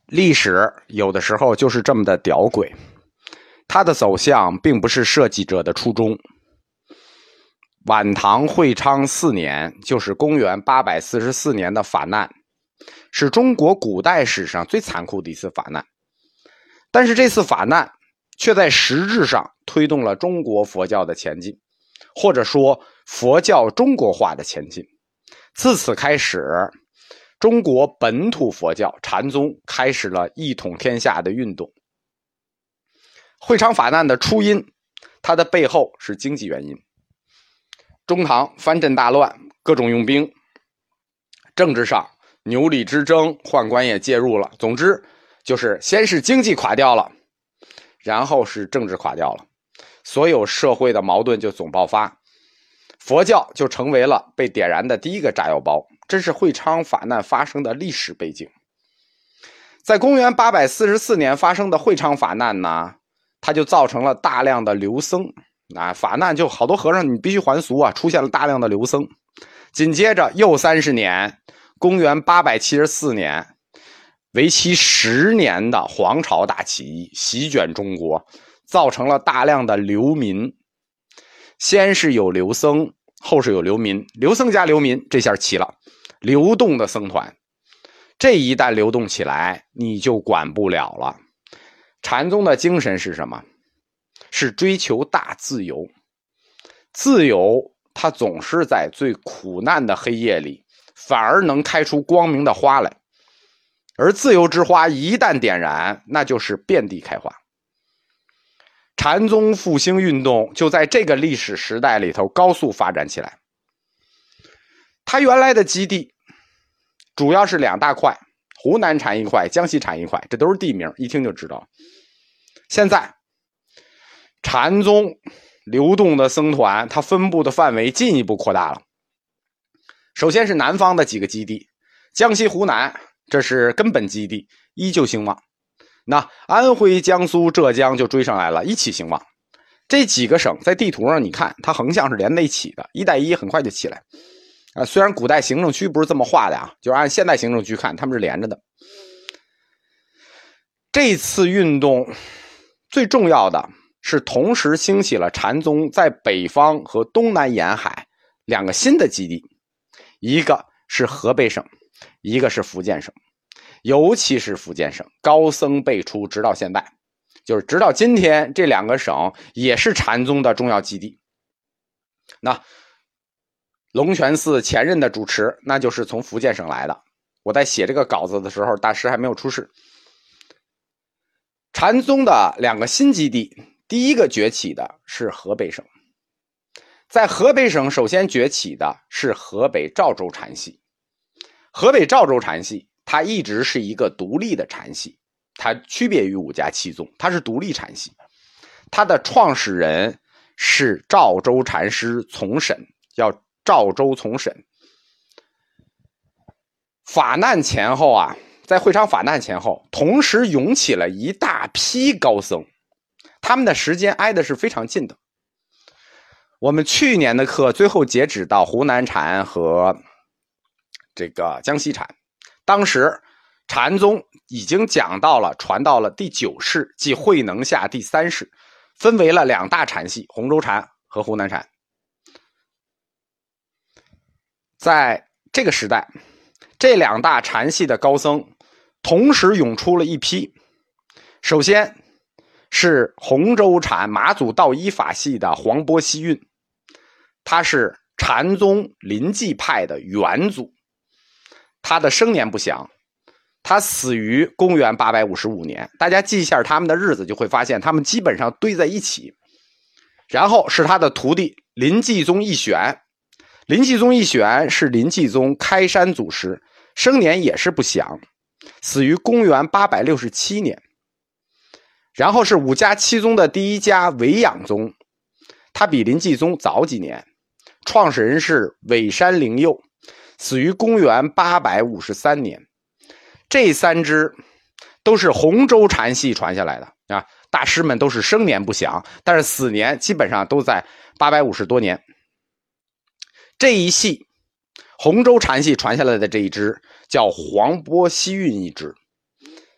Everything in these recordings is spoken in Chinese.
历史有的时候就是这么的吊诡，它的走向并不是设计者的初衷。晚唐会昌4年，就是公元844年的法难，是中国古代史上最残酷的一次法难。但是这次法难却在实质上推动了中国佛教的前进，或者说佛教中国化的前进。自此开始，中国本土佛教禅宗开始了一统天下的运动。会昌法难的初因，它的背后是经济原因。中唐藩镇大乱，各种用兵，政治上牛李之争，宦官也介入了。总之就是先是经济垮掉了，然后是政治垮掉了，所有社会的矛盾就总爆发，佛教就成为了被点燃的第一个炸药包。这是会昌法难发生的历史背景。在公元844年发生的会昌法难呢，它就造成了大量的流僧。法难就好多和尚你必须还俗啊，出现了大量的流僧。紧接着又30年，公元874年，为期10年的黄巢大起义席卷中国，造成了大量的流民。先是有流僧，后是有流民，流僧加流民，这下齐了，流动的僧团。这一旦流动起来，你就管不了了。禅宗的精神是什么？是追求大自由。自由它总是在最苦难的黑夜里，反而能开出光明的花来。而自由之花一旦点燃，那就是遍地开花。禅宗复兴运动就在这个历史时代里头高速发展起来。它原来的基地主要是2大块，湖南禅一块，江西禅一块，这都是地名，一听就知道。现在禅宗流动的僧团，它分布的范围进一步扩大了。首先是南方的几个基地，江西、湖南，这是根本基地，依旧兴旺。那安徽、江苏、浙江就追上来了，一起兴旺。这几个省在地图上你看，它横向是连在一起的，一带一很快就起来。虽然古代行政区不是这么画的啊，就是按现代行政区看，他们是连着的。这次运动最重要的是同时兴起了禅宗在北方和东南沿海2个新的基地，一个是河北省，一个是福建省。尤其是福建省，高僧辈出，直到现在，就是直到今天，这2个省也是禅宗的重要基地。那龙泉寺前任的主持，那就是从福建省来的。我在写这个稿子的时候，大师还没有出世。禅宗的2个新基地，第一个崛起的是河北省。在河北省首先崛起的是河北赵州禅系。河北赵州禅系它一直是一个独立的禅系，它区别于五家七宗，它是独立禅系。它的创始人是赵州禅师从审，叫赵州从审。法难前后啊，在会昌法难前后，同时涌起了一大批高僧，他们的时间挨的是非常近的。我们去年的课最后截止到湖南禅和这个江西禅，当时禅宗已经讲到了，传到了第9世，即慧能下第3世，分为了2大禅系，洪州禅和湖南禅。在这个时代，这2大禅系的高僧同时涌出了一批。首先是洪州禅马祖道一法系的黄波西运，他是禅宗临济派的元祖，他的生年不详，他死于公元855年。大家记一下他们的日子，就会发现他们基本上堆在一起。然后是他的徒弟临济宗义玄，临济宗义玄是临济宗开山祖师，生年也是不详，死于公元867年。然后是五家七宗的第一家维养宗，他比临济宗早几年，创始人是尾山灵佑，死于公元853年。这3支都是洪州禅系传下来的啊，大师们都是生年不详，但是死年基本上都在850多年。这一系洪州禅系传下来的这一支叫黄波西运一支。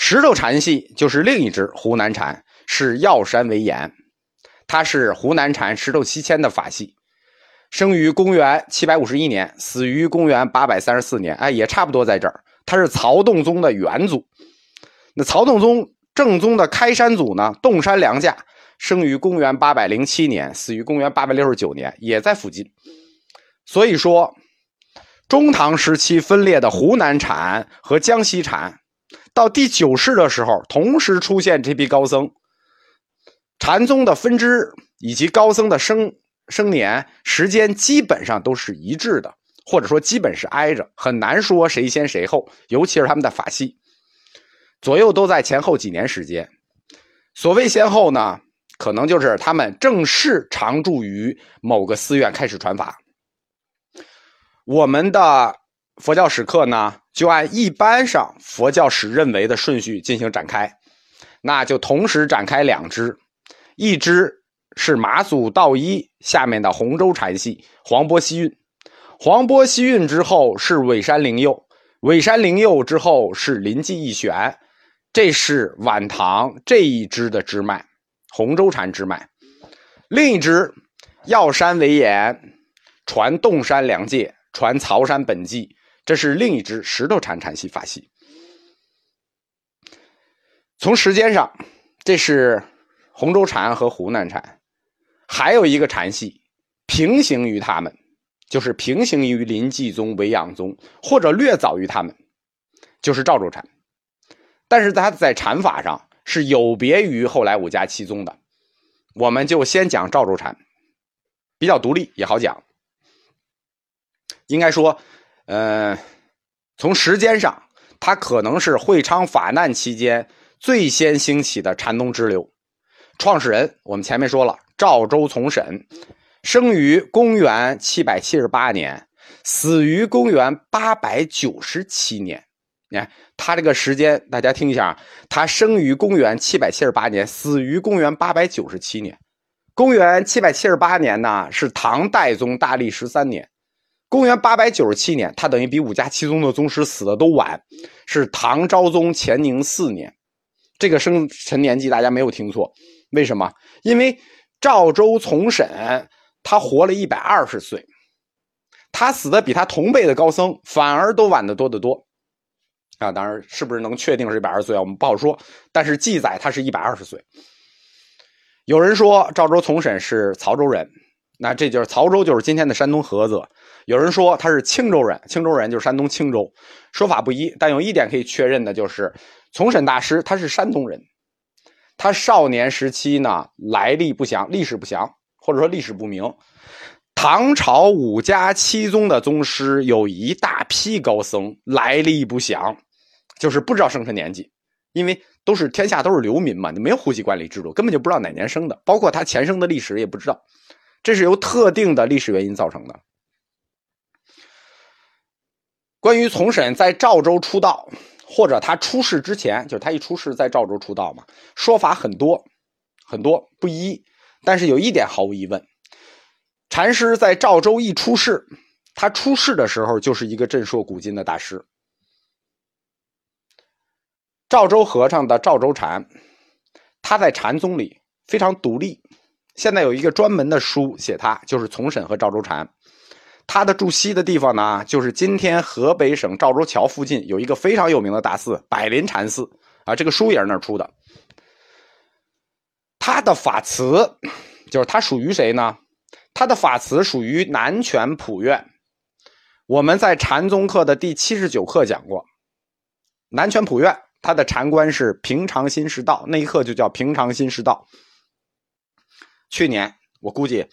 石头禅系就是另一支湖南禅，是药山为岩，它是湖南禅石头七千的法系，生于公元751年，死于公元834年，也差不多在这儿。他是曹洞宗的元祖。那曹洞宗正宗的开山祖呢，洞山良价，生于公元807年，死于公元869年，也在附近。所以说，中唐时期分裂的湖南禅和江西禅，到第9世的时候，同时出现这批高僧。禅宗的分支以及高僧的生年时间基本上都是一致的，或者说基本是挨着，很难说谁先谁后，尤其是他们的法系，左右都在前后几年时间。所谓先后呢，可能就是他们正式常驻于某个寺院开始传法。我们的佛教史课呢，就按一般上佛教史认为的顺序进行展开，那就同时展开2支，一支是马祖道一下面的洪州禅系黄波西运，黄波西运之后是尾山灵佑，尾山灵佑之后是临济义玄，这是晚唐这一支的支脉，洪州禅支脉。另一支药山为岩，传洞山良介，传曹山本纪，这是另一支石头禅禅系法系。从时间上，这是洪州禅和湖南禅，还有一个禅系平行于他们，就是平行于临济宗、维养宗，或者略早于他们，就是赵州禅。但是它在禅法上是有别于后来5家7宗的。我们就先讲赵州禅，比较独立也好讲。应该说从时间上，它可能是会昌法难期间最先兴起的禅宗支流。创始人我们前面说了，赵州从审，生于公元778年，死于公元897年。你看他这个时间大家听一下，他生于公元778年，死于公元897年。公元778年呢，是唐代宗大历13年。公元897年，他等于比5家7宗的宗师死的都晚，是唐昭宗乾宁4年。这个生辰年纪大家没有听错，为什么？因为赵州从审他活了120岁，他死的比他同辈的高僧反而都晚得多得多啊！当然是不是能确定是120岁我们不好说，但是记载他是120岁。有人说赵州从审是曹州人，那这就是曹州，就是今天的山东菏泽。有人说他是青州人，青州人就是山东青州，说法不一，但有一点可以确认的就是从审大师他是山东人。他少年时期呢，来历不详，历史不详，或者说历史不明。唐朝5家7宗的宗师有一大批高僧来历不详，就是不知道生辰年纪，因为天下都是流民嘛，你没有户籍管理制度，根本就不知道哪年生的，包括他前生的历史也不知道，这是由特定的历史原因造成的。关于从审在赵州出道，或者他出世之前，就是他一出世在赵州出道嘛，说法很多很多不一，但是有一点毫无疑问，禅师在赵州一出世，他出世的时候就是一个震烁古今的大师。赵州和尚的赵州禅，他在禅宗里非常独立，现在有一个专门的书写他，就是从审和赵州禅。他的住锡的地方呢，就是今天河北省赵州桥附近有一个非常有名的大寺百林禅寺啊，这个书也是那儿出的。他的法词就是他属于谁呢？他的法词属于南拳普愿。我们在禅宗课的第79课讲过，南拳普愿他的禅观是平常心是道，那一课就叫平常心是道。去年我估计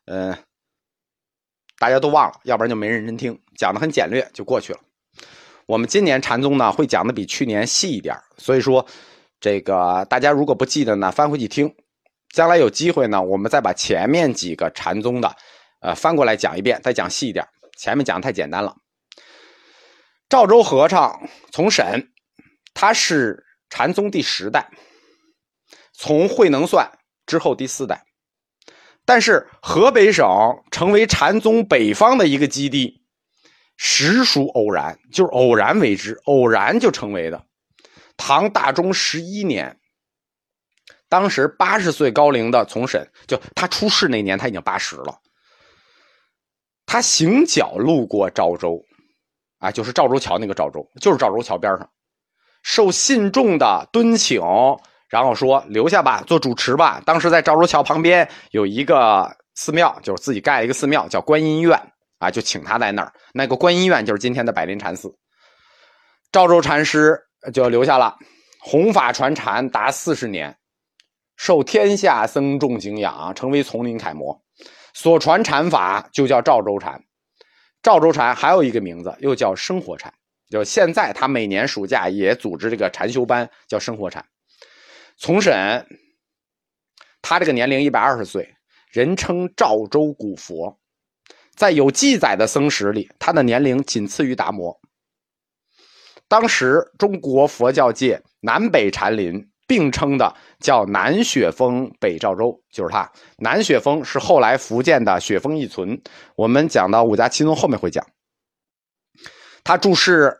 大家都忘了，要不然就没认真听，讲得很简略就过去了。我们今年禅宗呢会讲的比去年细一点，所以说这个大家如果不记得呢，翻回去听，将来有机会呢，我们再把前面几个禅宗的翻过来讲一遍，再讲细一点，前面讲太简单了。赵州和尚从审，他是禅宗第10代，从慧能算之后第4代。但是河北省成为禅宗北方的一个基地，实属偶然，就是偶然为之，偶然就成为的。 唐大中11年，当时80岁高龄的从审，就他出世那年他已经80了，他行脚路过赵州啊，就是赵州桥那个赵州，就是赵州桥边上，受信众的敦请，然后说留下吧，做主持吧。当时在赵州桥旁边有一个寺庙，就是自己盖了一个寺庙，叫观音院啊，就请他在那儿。那个观音院就是今天的百灵禅寺。赵州禅师就留下了，弘法传禅达40年，受天下僧众敬仰，成为丛林楷模。所传禅法就叫赵州禅。赵州禅还有一个名字，又叫生活禅。就现在他每年暑假也组织这个禅修班，叫生活禅。从审他这个年龄120岁，人称赵州古佛。在有记载的僧史里，他的年龄仅次于达摩。当时中国佛教界南北禅林并称的叫南雪峰北赵州，就是他。南雪峰是后来福建的雪峰一存，我们讲到五家七宗后面会讲。他住世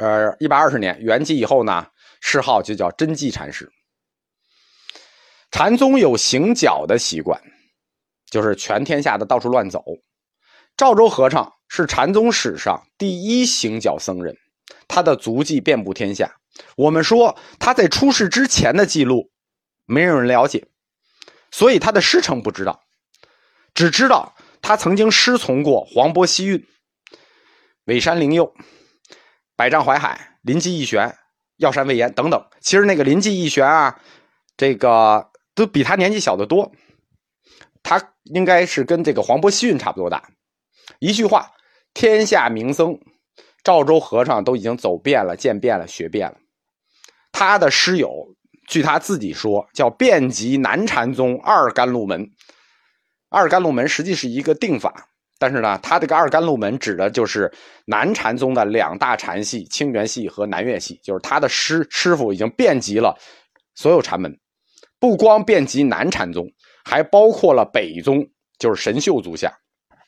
120年，圆寂以后呢，谥号就叫真寂禅师。禅宗有行脚的习惯，就是全天下的到处乱走。赵州和尚是禅宗史上第一行脚僧人，他的足迹遍布天下。我们说他在出世之前的记录没有人了解，所以他的师承不知道，只知道他曾经师从过黄渤西运、尾山灵佑、百丈怀海、临济义玄、药山魏延等等。其实那个临济义玄啊，这个都比他年纪小得多，他应该是跟这个黄渤西运差不多大。一句话，天下名僧赵州和尚都已经走遍了、见遍了、学遍了。他的师友据他自己说叫遍及南禅宗二甘露门。二甘露门实际是一个定法，但是呢，他这个二甘露门指的就是南禅宗的2大禅系，清源系和南岳系，就是他的师傅已经遍及了所有禅门，不光遍及南禅宗，还包括了北宗，就是神秀足下。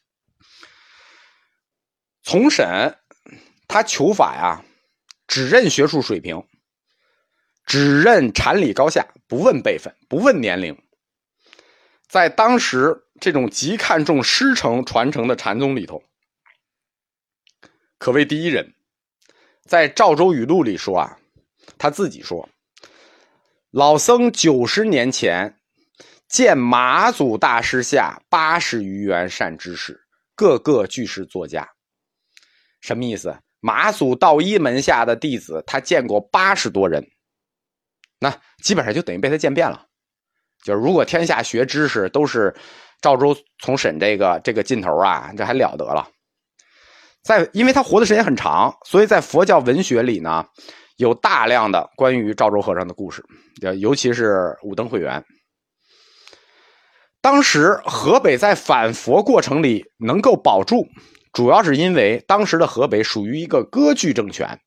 从审他求法呀，只认学术水平，只认禅理高下，不问辈分，不问年龄。在当时这种极看重师承传承的禅宗里头，可谓第一人。在《赵州语录》里说啊，他自己说，老僧90年前见马祖大师下80余员善知识，个个俱是作家。什么意思？马祖道一门下的弟子他见过80多人，那基本上就等于被他见遍了。就是如果天下学知识都是赵州从审这个劲头啊，这还了得了。因为他活的时间很长，所以在佛教文学里呢，有大量的关于赵州和尚的故事，尤其是五灯会元。当时河北在反佛过程里能够保住，主要是因为当时的河北属于一个割据政权。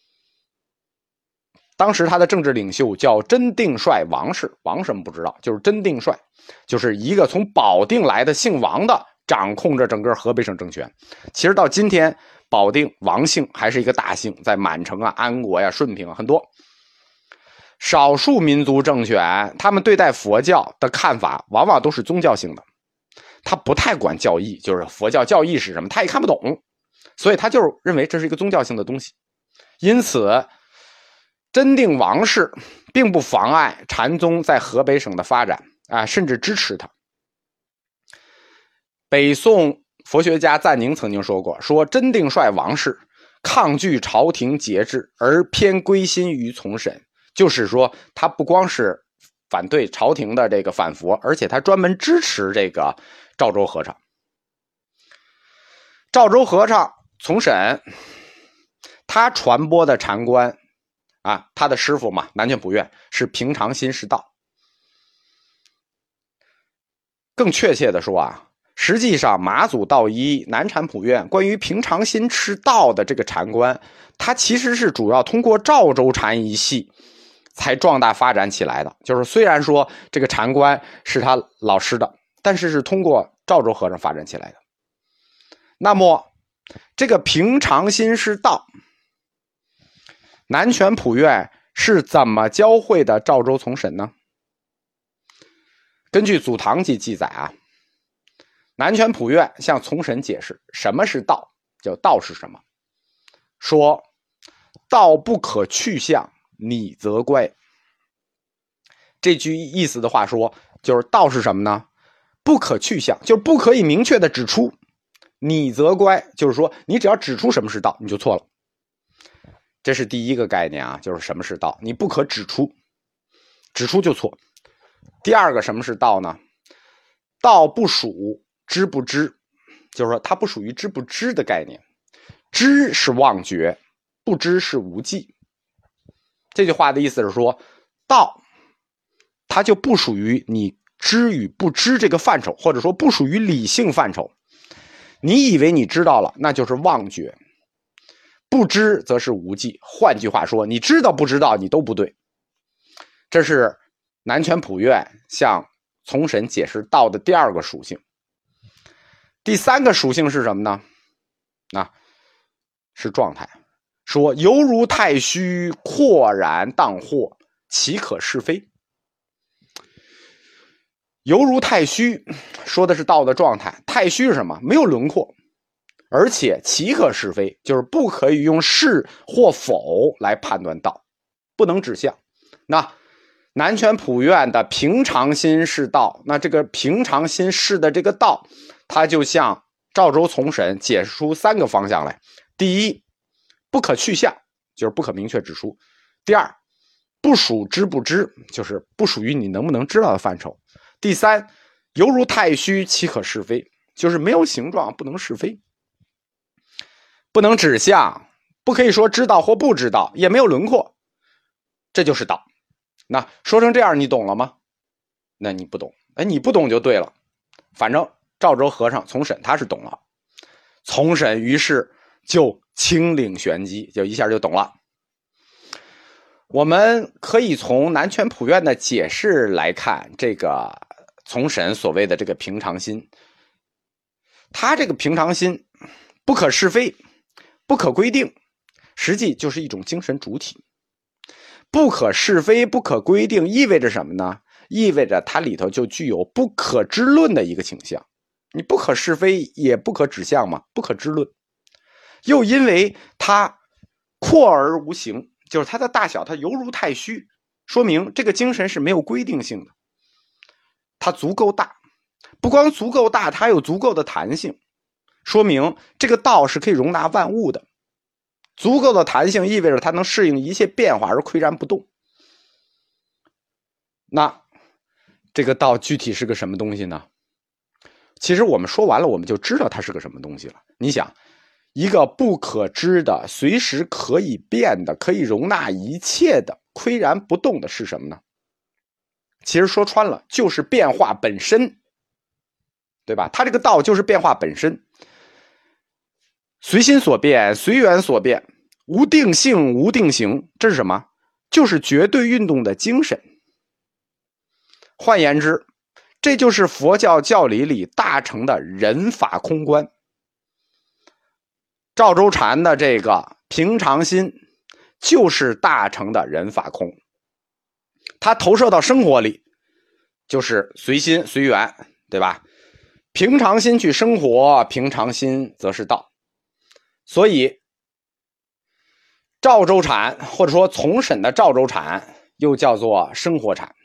当时他的政治领袖叫真定帅王氏，王什么不知道，就是真定帅，就是一个从保定来的姓王的，掌控着整个河北省政权。其实到今天，保定王姓还是一个大姓，在满城啊、安国呀、顺平啊很多。少数民族政权，他们对待佛教的看法往往都是宗教性的，他不太管教义，就是佛教教义是什么，他也看不懂，所以他就认为这是一个宗教性的东西。因此真定王氏并不妨碍禅宗在河北省的发展啊，甚至支持他。北宋佛学家赞宁曾经说过，说真定帅王氏抗拒朝廷节制，而偏归心于从审，就是说他不光是反对朝廷的这个反佛，而且他专门支持这个赵州和尚。赵州和尚从审，他传播的禅观啊，他的师傅嘛，南拳普愿是平常心是道。更确切的说啊，实际上马祖道一、南禅普愿关于平常心是道的这个禅观，它其实是主要通过赵州禅一系才壮大发展起来的。就是虽然说这个禅观是他老师的，但是是通过赵州和尚发展起来的。那么这个平常心是道，南拳普愿是怎么教会的赵州从审呢？根据《祖堂记》记载啊，南拳普愿向从审解释什么是道，叫道是什么，说道不可去向，你则乖。这句意思的话说，就是道是什么呢？不可去向，就是不可以明确的指出，你则乖，就是说你只要指出什么是道，你就错了。这是第一个概念啊，就是什么是道，你不可指出，指出就错。第二个什么是道呢？道不属知不知，就是说它不属于知不知的概念，知是忘觉，不知是无记。这句话的意思是说，道它就不属于你知与不知这个范畴，或者说不属于理性范畴。你以为你知道了，那就是妄觉，不知则是无记。换句话说，你知道不知道你都不对。这是南拳普愿向从审解释道的第二个属性。第三个属性是什么呢？是状态，说犹如太虚，廓然荡惑，岂可是非？犹如太虚说的是道的状态，太虚是什么？没有轮廓，而且岂可是非，就是不可以用是或否来判断道，不能指向。那南拳普愿的平常心是道，那这个平常心是的这个道，它就向赵州从审解释出三个方向来。第一，不可去向，就是不可明确指出。第二，不属知不知，就是不属于你能不能知道的范畴。第三，犹如太虚，岂可是非，就是没有形状，不能是非，不能指向，不可以说知道或不知道，也没有轮廓，这就是道。那说成这样，你懂了吗？那你不懂，你不懂就对了。反正赵州和尚从审他是懂了，从审于是就轻领玄机，就一下就懂了。我们可以从南拳普愿的解释来看，这个从审所谓的这个平常心，他这个平常心不可是非，不可规定，实际就是一种精神主体。不可是非，不可规定，意味着什么呢？意味着它里头就具有不可知论的一个倾向。你不可是非，也不可指向嘛，不可知论。又因为它阔而无形，就是它的大小，它犹如太虚，说明这个精神是没有规定性的。它足够大，不光足够大，它有足够的弹性，说明这个道是可以容纳万物的。足够的弹性意味着它能适应一切变化而岿然不动。那这个道具体是个什么东西呢？其实我们说完了，我们就知道它是个什么东西了。你想，一个不可知的、随时可以变的、可以容纳一切的、岿然不动的是什么呢？其实说穿了，就是变化本身，对吧？它这个道就是变化本身。随心所变，随缘所变，无定性，无定型，这是什么？就是绝对运动的精神。换言之，这就是佛教教理里大乘的人法空观。赵州禅的这个平常心就是大乘的人法空，它投射到生活里就是随心随缘，对吧？平常心去生活，平常心则是道。所以赵州禅，或者说从审的赵州禅，又叫做生活禅。